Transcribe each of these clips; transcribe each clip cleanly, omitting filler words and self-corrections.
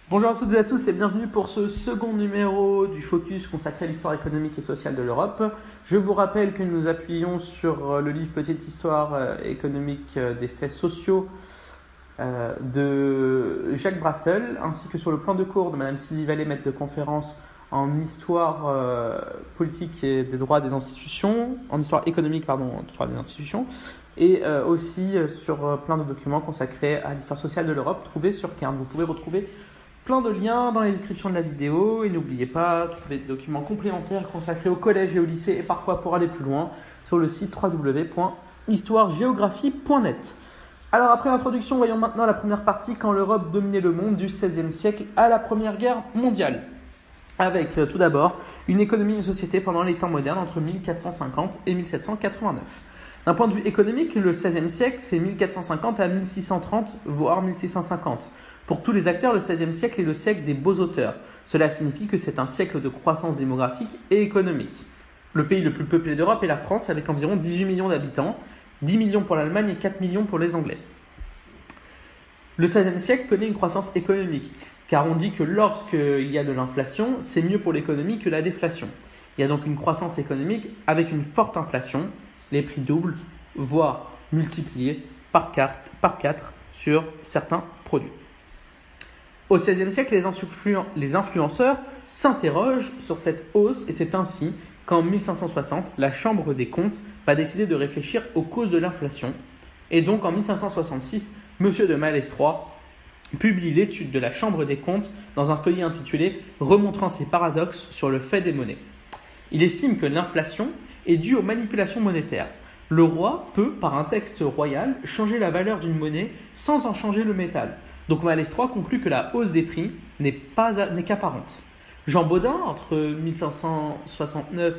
Bonjour à toutes et à tous et bienvenue pour ce second numéro du Focus consacré à l'histoire économique et sociale de l'Europe. Je vous rappelle que nous appuyons sur le livre Petite histoire économique des faits sociaux de Jacques Brassel, ainsi que sur le plan de cours de Madame Sylvie Vallée, maître de conférence en histoire politique et des droits des institutions, en histoire économique, des droits des institutions, et aussi sur plein de documents consacrés à l'histoire sociale de l'Europe, trouvés sur Cairn. Vous pouvez retrouver plein de liens dans la description de la vidéo, et n'oubliez pas de trouver des documents complémentaires consacrés au collège et au lycée, et parfois pour aller plus loin, sur le site www.histoiregéographie.net. Alors après l'introduction, voyons maintenant la première partie, quand l'Europe dominait le monde du XVIe siècle à la Première Guerre mondiale. Avec tout d'abord une économie et une société pendant les temps modernes entre 1450 et 1789. D'un point de vue économique, le XVIe siècle, c'est 1450 à 1630, voire 1650. Pour tous les acteurs, le XVIe siècle est le siècle des beaux auteurs. Cela signifie que c'est un siècle de croissance démographique et économique. Le pays le plus peuplé d'Europe est la France, avec environ 18 millions d'habitants, 10 millions pour l'Allemagne et 4 millions pour les Anglais. Le XVIe siècle connaît une croissance économique, car on dit que lorsqu'il y a de l'inflation, c'est mieux pour l'économie que la déflation. Il y a donc une croissance économique avec une forte inflation, les prix doublent, voire multipliés par 4 sur certains produits. Au XVIe siècle, les influenceurs s'interrogent sur cette hausse et c'est ainsi qu'en 1560, la Chambre des comptes va décider de réfléchir aux causes de l'inflation. Et donc en 1566, M. de Malestroit publie l'étude de la Chambre des comptes dans un feuillet intitulé « Remontrant ses paradoxes sur le fait des monnaies ». Il estime que l'inflation est due aux manipulations monétaires. Le roi peut, par un texte royal, changer la valeur d'une monnaie sans en changer le métal. Donc Malestroit conclut que la hausse des prix n'est qu'apparente. Jean Bodin, entre 1529,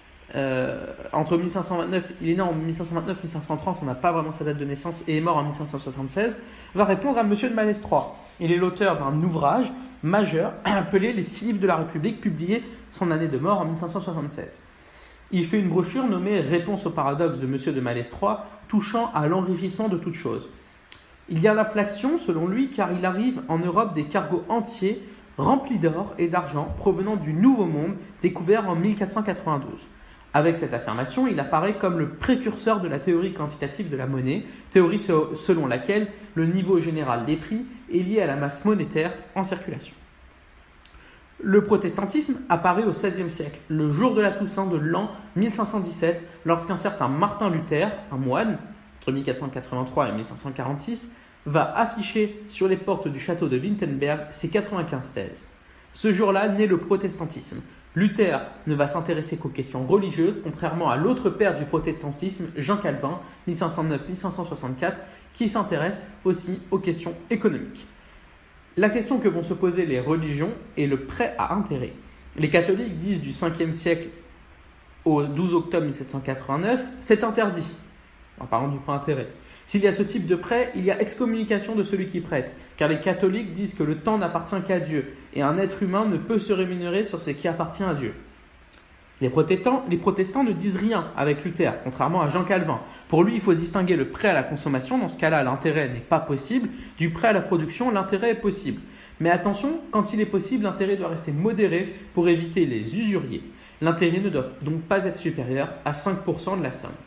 il est né en 1529-1530, on n'a pas vraiment sa date de naissance, et est mort en 1576, va répondre à M. de Malestroit. Il est l'auteur d'un ouvrage majeur appelé « Les 6 livres de la République », publié son année de mort en 1576. Il fait une brochure nommée « Réponse au paradoxe de M. de Malestroit », touchant à l'enrichissement de toutes choses. Il y a l'inflation, selon lui, car il arrive en Europe des cargos entiers remplis d'or et d'argent provenant du Nouveau Monde découvert en 1492. Avec cette affirmation, il apparaît comme le précurseur de la théorie quantitative de la monnaie, théorie selon laquelle le niveau général des prix est lié à la masse monétaire en circulation. Le protestantisme apparaît au XVIe siècle, le jour de la Toussaint de l'an 1517, lorsqu'un certain Martin Luther, un moine, entre 1483 et 1546, va afficher sur les portes du château de Wittenberg ses 95 thèses. Ce jour-là naît le protestantisme. Luther ne va s'intéresser qu'aux questions religieuses, contrairement à l'autre père du protestantisme, Jean Calvin, 1509-1564, qui s'intéresse aussi aux questions économiques. La question que vont se poser les religions est le prêt à intérêt. Les catholiques disent du 5e siècle au 12 octobre 1789, c'est interdit. En parlant du prêt à intérêt. S'il y a ce type de prêt, il y a excommunication de celui qui prête, car les catholiques disent que le temps n'appartient qu'à Dieu, et un être humain ne peut se rémunérer sur ce qui appartient à Dieu. Les protestants ne disent rien avec Luther, contrairement à Jean Calvin. Pour lui, il faut distinguer le prêt à la consommation, dans ce cas-là, l'intérêt n'est pas possible, du prêt à la production, l'intérêt est possible. Mais attention, quand il est possible, l'intérêt doit rester modéré pour éviter les usuriers. L'intérêt ne doit donc pas être supérieur à 5% de la somme.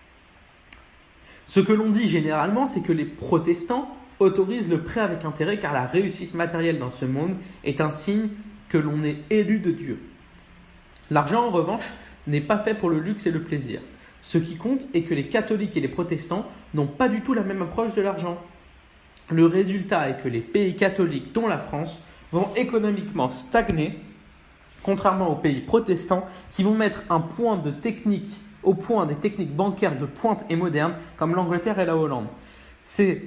Ce que l'on dit généralement, c'est que les protestants autorisent le prêt avec intérêt car la réussite matérielle dans ce monde est un signe que l'on est élu de Dieu. L'argent, en revanche, n'est pas fait pour le luxe et le plaisir. Ce qui compte est que les catholiques et les protestants n'ont pas du tout la même approche de l'argent. Le résultat est que les pays catholiques, dont la France, vont économiquement stagner, contrairement aux pays protestants qui vont mettre au point des techniques bancaires de pointe et modernes comme l'Angleterre et la Hollande. C'est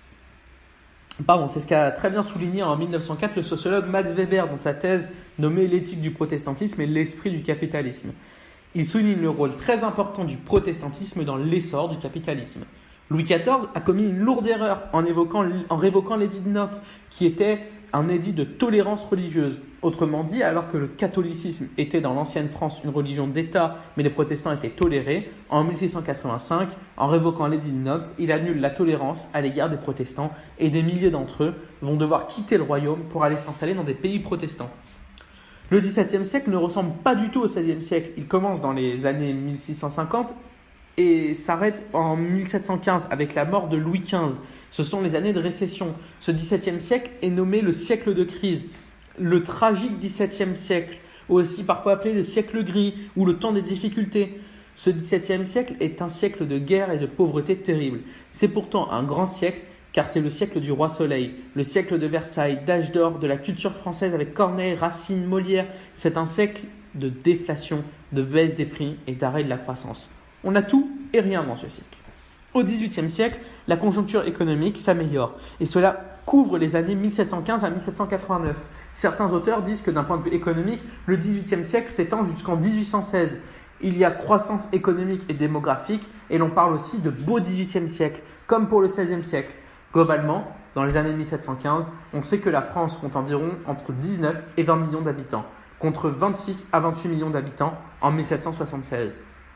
ce qu'a très bien souligné en 1904 le sociologue Max Weber dans sa thèse nommée « L'éthique du protestantisme et l'esprit du capitalisme ». Il souligne le rôle très important du protestantisme dans l'essor du capitalisme. Louis XIV a commis une lourde erreur en révoquant l'édit de Nantes qui était un édit de tolérance religieuse. Autrement dit, alors que le catholicisme était dans l'ancienne France une religion d'État, mais les protestants étaient tolérés, en 1685, en révoquant l'édit de Nantes, il annule la tolérance à l'égard des protestants et des milliers d'entre eux vont devoir quitter le royaume pour aller s'installer dans des pays protestants. Le XVIIe siècle ne ressemble pas du tout au XVIe siècle. Il commence dans les années 1650 et s'arrête en 1715 avec la mort de Louis XV. Ce sont les années de récession. Ce XVIIe siècle est nommé le siècle de crise, le tragique XVIIe siècle, ou aussi parfois appelé le siècle gris ou le temps des difficultés. Ce XVIIe siècle est un siècle de guerre et de pauvreté terrible. C'est pourtant un grand siècle car c'est le siècle du roi Soleil, le siècle de Versailles, d'âge d'or, de la culture française avec Corneille, Racine, Molière. C'est un siècle de déflation, de baisse des prix et d'arrêt de la croissance. On a tout et rien dans ce siècle. Au XVIIIe siècle, la conjoncture économique s'améliore et cela couvre les années 1715 à 1789. Certains auteurs disent que d'un point de vue économique, le XVIIIe siècle s'étend jusqu'en 1816. Il y a croissance économique et démographique et l'on parle aussi de beau XVIIIe siècle, comme pour le XVIe siècle. Globalement, dans les années 1715, on sait que la France compte environ entre 19 et 20 millions d'habitants, contre 26 à 28 millions d'habitants en 1776.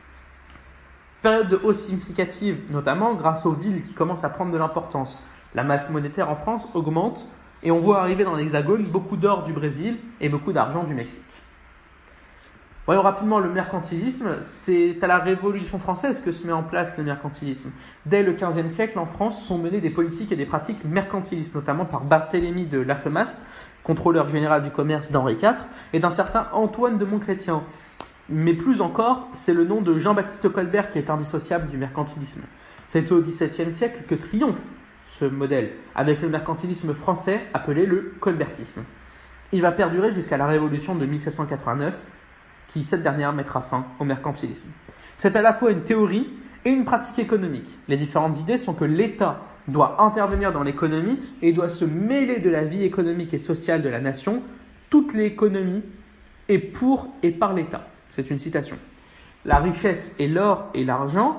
Période de hausse significative, notamment grâce aux villes qui commencent à prendre de l'importance. La masse monétaire en France augmente et on voit arriver dans l'Hexagone beaucoup d'or du Brésil et beaucoup d'argent du Mexique. Voyons rapidement le mercantilisme. C'est à la Révolution française que se met en place le mercantilisme. Dès le XVe siècle, en France, sont menées des politiques et des pratiques mercantilistes, notamment par Barthélemy de Laffemas, contrôleur général du commerce d'Henri IV, et d'un certain Antoine de Montchrétien. Mais plus encore, c'est le nom de Jean-Baptiste Colbert qui est indissociable du mercantilisme. C'est au XVIIe siècle que triomphe ce modèle, avec le mercantilisme français appelé le colbertisme. Il va perdurer jusqu'à la Révolution de 1789, qui, cette dernière, mettra fin au mercantilisme. C'est à la fois une théorie et une pratique économique. Les différentes idées sont que l'État doit intervenir dans l'économie et doit se mêler de la vie économique et sociale de la nation. Toute l'économie est pour et par l'État. C'est une citation. La richesse est l'or et l'argent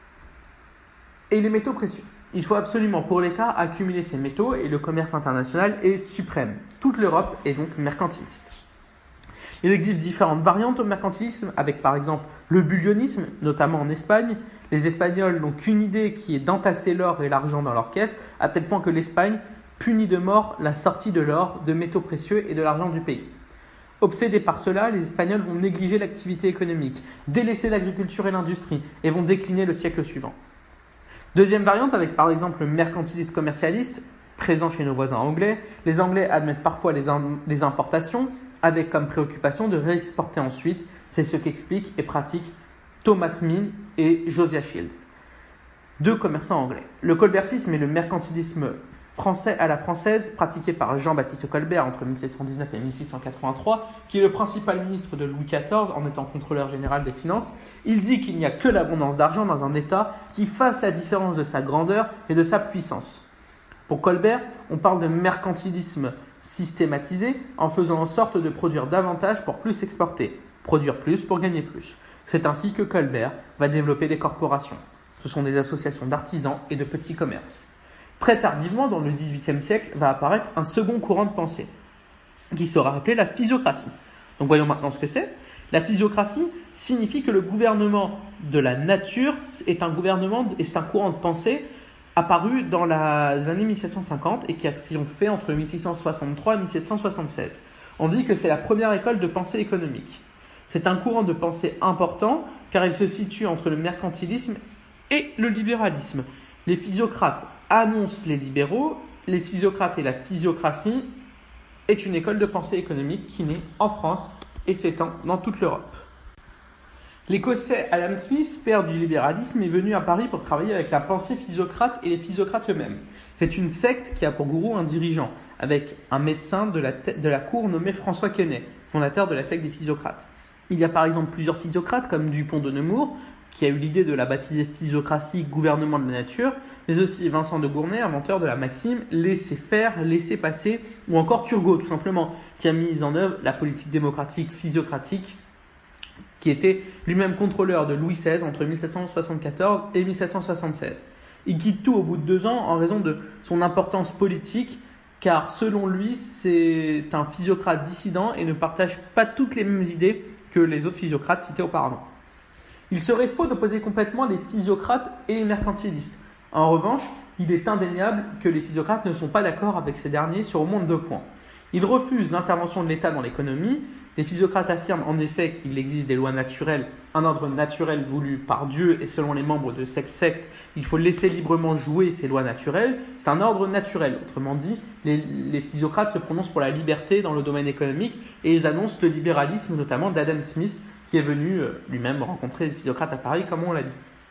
et les métaux précieux. Il faut absolument pour l'État accumuler ces métaux et le commerce international est suprême. Toute l'Europe est donc mercantiliste. Il existe différentes variantes au mercantilisme avec par exemple le bullionisme, notamment en Espagne. Les Espagnols n'ont qu'une idée qui est d'entasser l'or et l'argent dans leur caisse, à tel point que l'Espagne punit de mort la sortie de l'or, de métaux précieux et de l'argent du pays. Obsédés par cela, les Espagnols vont négliger l'activité économique, délaisser l'agriculture et l'industrie et vont décliner le siècle suivant. Deuxième variante avec par exemple le mercantilisme commercialiste, présent chez nos voisins anglais. Les Anglais admettent parfois les importations avec comme préoccupation de réexporter ensuite. C'est ce qu'expliquent et pratiquent Thomas Min et Josiah Shield, deux commerçants anglais. Le colbertisme et le mercantilisme français à la française, pratiqué par Jean-Baptiste Colbert entre 1719 et 1683, qui est le principal ministre de Louis XIV en étant contrôleur général des finances. Il dit qu'il n'y a que l'abondance d'argent dans un État qui fasse la différence de sa grandeur et de sa puissance. Pour Colbert, on parle de mercantilisme systématisé en faisant en sorte de produire davantage pour plus exporter, produire plus pour gagner plus. C'est ainsi que Colbert va développer les corporations. Ce sont des associations d'artisans et de petits commerces. Très tardivement, dans le XVIIIe siècle, va apparaître un second courant de pensée, qui sera appelé la physiocratie. Donc voyons maintenant ce que c'est. La physiocratie signifie que le gouvernement de la nature est un gouvernement et c'est un courant de pensée apparu dans les années 1750 et qui a triomphé entre 1663 et 1776. On dit que c'est la première école de pensée économique. C'est un courant de pensée important car il se situe entre le mercantilisme et le libéralisme. Les physiocrates annoncent les libéraux, les physiocrates et la physiocratie est une école de pensée économique qui naît en France et s'étend dans toute l'Europe. L'Écossais Adam Smith, père du libéralisme, est venu à Paris pour travailler avec la pensée physiocrate et les physiocrates eux-mêmes. C'est une secte qui a pour gourou un dirigeant, avec un médecin de la cour nommé François Quesnay, fondateur de la secte des physiocrates. Il y a par exemple plusieurs physiocrates comme Dupont de Nemours, qui a eu l'idée de la baptiser physiocratie, gouvernement de la nature, mais aussi Vincent de Gournay, inventeur de la maxime laisser faire, laisser passer, ou encore Turgot, tout simplement, qui a mis en œuvre la politique démocratique physiocratique, qui était lui-même contrôleur de Louis XVI entre 1774 et 1776. Il quitte tout au bout de 2 ans en raison de son importance politique car selon lui, c'est un physiocrate dissident et ne partage pas toutes les mêmes idées que les autres physiocrates cités auparavant. Il serait faux d'opposer complètement les physiocrates et les mercantilistes. En revanche, il est indéniable que les physiocrates ne sont pas d'accord avec ces derniers sur au moins 2 points. Ils refusent l'intervention de l'État dans l'économie. Les physiocrates affirment en effet qu'il existe des lois naturelles, un ordre naturel voulu par Dieu et selon les membres de cette secte, il faut laisser librement jouer ces lois naturelles. C'est un ordre naturel. Autrement dit, les physiocrates se prononcent pour la liberté dans le domaine économique et ils annoncent le libéralisme, notamment d'Adam Smith, qui est venu lui-même rencontrer les physiocrates à Paris, comme on l'a dit.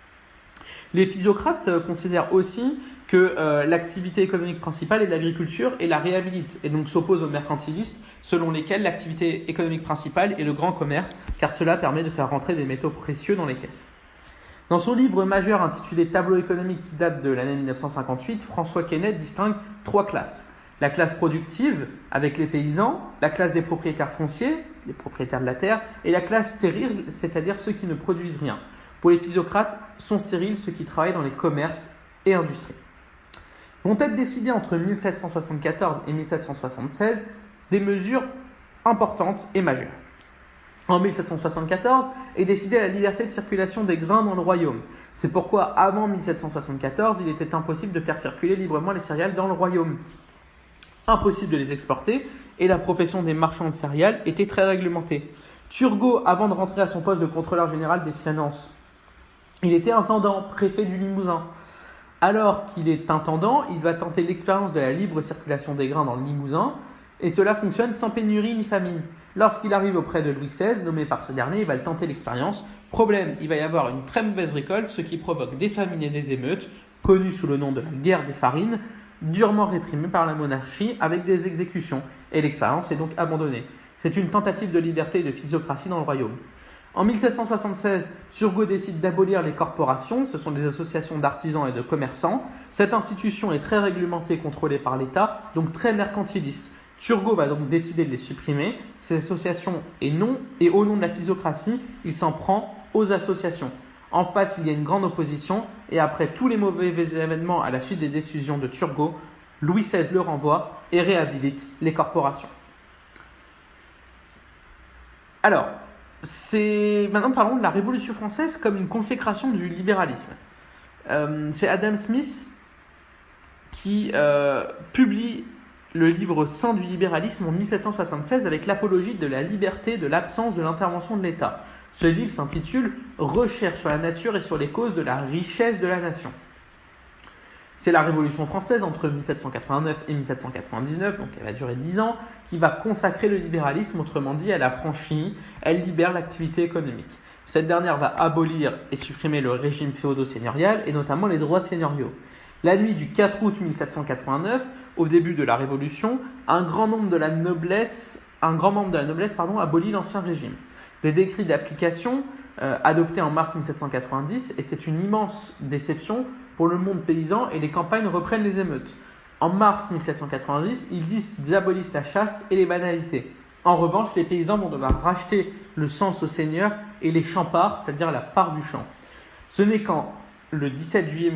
Les physiocrates considèrent aussi que l'activité économique principale est l'agriculture et la réhabilite, et donc s'opposent aux mercantilistes selon lesquels l'activité économique principale est le grand commerce, car cela permet de faire rentrer des métaux précieux dans les caisses. Dans son livre majeur intitulé Tableau économique qui date de l'année 1958, François Quesnay distingue 3 classes. La classe productive, avec les paysans, la classe des propriétaires fonciers, les propriétaires de la terre, et la classe stérile, c'est-à-dire ceux qui ne produisent rien. Pour les physiocrates, sont stériles ceux qui travaillent dans les commerces et industries. Vont être décidées entre 1774 et 1776 des mesures importantes et majeures. En 1774 est décidée la liberté de circulation des grains dans le royaume. C'est pourquoi, avant 1774, il était impossible de faire circuler librement les céréales dans le royaume. Impossible de les exporter, et la profession des marchands de céréales était très réglementée. Turgot, avant de rentrer à son poste de contrôleur général des finances, il était intendant, préfet du Limousin. Alors qu'il est intendant, il va tenter l'expérience de la libre circulation des grains dans le Limousin, et cela fonctionne sans pénurie ni famine. Lorsqu'il arrive auprès de Louis XVI, nommé par ce dernier, il va tenter l'expérience. Problème, il va y avoir une très mauvaise récolte, ce qui provoque des famines et des émeutes, connues sous le nom de la guerre des farines, durement réprimée par la monarchie avec des exécutions, et l'expérience est donc abandonnée. C'est une tentative de liberté et de physiocratie dans le royaume. En 1776, Turgot décide d'abolir les corporations, ce sont des associations d'artisans et de commerçants. Cette institution est très réglementée et contrôlée par l'État, donc très mercantiliste. Turgot va donc décider de les supprimer, ces associations, et au nom de la physiocratie, il s'en prend aux associations. En face, il y a une grande opposition, et après tous les mauvais événements à la suite des décisions de Turgot, Louis XVI le renvoie et réhabilite les corporations. Alors, maintenant parlons de la Révolution française comme une consécration du libéralisme. C'est Adam Smith qui publie le livre saint du libéralisme en 1776 avec l'apologie de la liberté de l'absence de l'intervention de l'État. Ce livre s'intitule « Recherche sur la nature et sur les causes de la richesse de la nation ». C'est la Révolution française entre 1789 et 1799, donc elle va durer 10 ans, qui va consacrer le libéralisme, autrement dit, elle affranchit, elle libère l'activité économique. Cette dernière va abolir et supprimer le régime féodo-seigneurial et notamment les droits seigneuriaux. La nuit du 4 août 1789, au début de la Révolution, un grand membre de la noblesse abolit l'ancien régime. Des décrets d'application adoptés en mars 1790, et c'est une immense déception pour le monde paysan et les campagnes reprennent les émeutes. En mars 1790, ils disent qu'ils abolissent la chasse et les banalités. En revanche, les paysans vont devoir racheter le cens au seigneur et les champards, c'est-à-dire la part du champ. Ce n'est qu'en le 17 juillet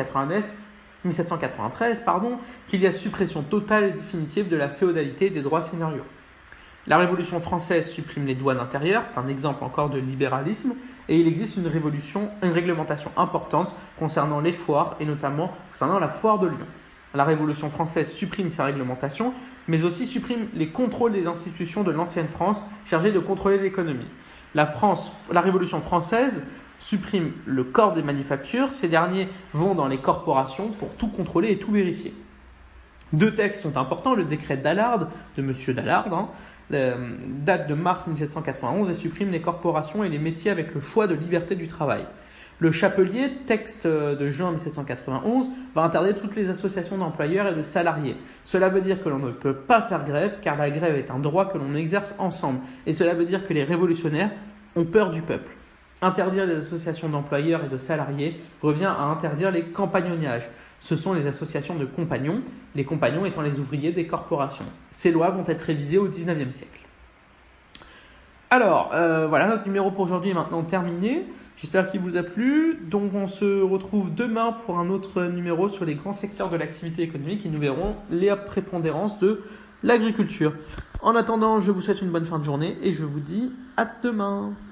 1793, qu'il y a suppression totale et définitive de la féodalité et des droits seigneuriaux. La Révolution française supprime les douanes intérieures, c'est un exemple encore de libéralisme, et il existe une réglementation importante concernant les foires, et notamment concernant la foire de Lyon. La Révolution française supprime ces réglementations, mais aussi supprime les contrôles des institutions de l'ancienne France chargées de contrôler l'économie. La Révolution française supprime le corps des manufactures, ces derniers vont dans les corporations pour tout contrôler et tout vérifier. 2 textes sont importants, le décret d'Allard, de M. Dallard, date de mars 1791 et supprime les corporations et les métiers avec le choix de liberté du travail. Le Chapelier, texte de juin 1791, va interdire toutes les associations d'employeurs et de salariés. Cela veut dire que l'on ne peut pas faire grève, car la grève est un droit que l'on exerce ensemble. Et cela veut dire que les révolutionnaires ont peur du peuple. Interdire les associations d'employeurs et de salariés revient à interdire les compagnonnages. Ce sont les associations de compagnons, les compagnons étant les ouvriers des corporations. Ces lois vont être révisées au XIXe siècle. Alors, voilà, notre numéro pour aujourd'hui est maintenant terminé. J'espère qu'il vous a plu. Donc on se retrouve demain pour un autre numéro sur les grands secteurs de l'activité économique et nous verrons les prépondérances de l'agriculture. En attendant, je vous souhaite une bonne fin de journée et je vous dis à demain.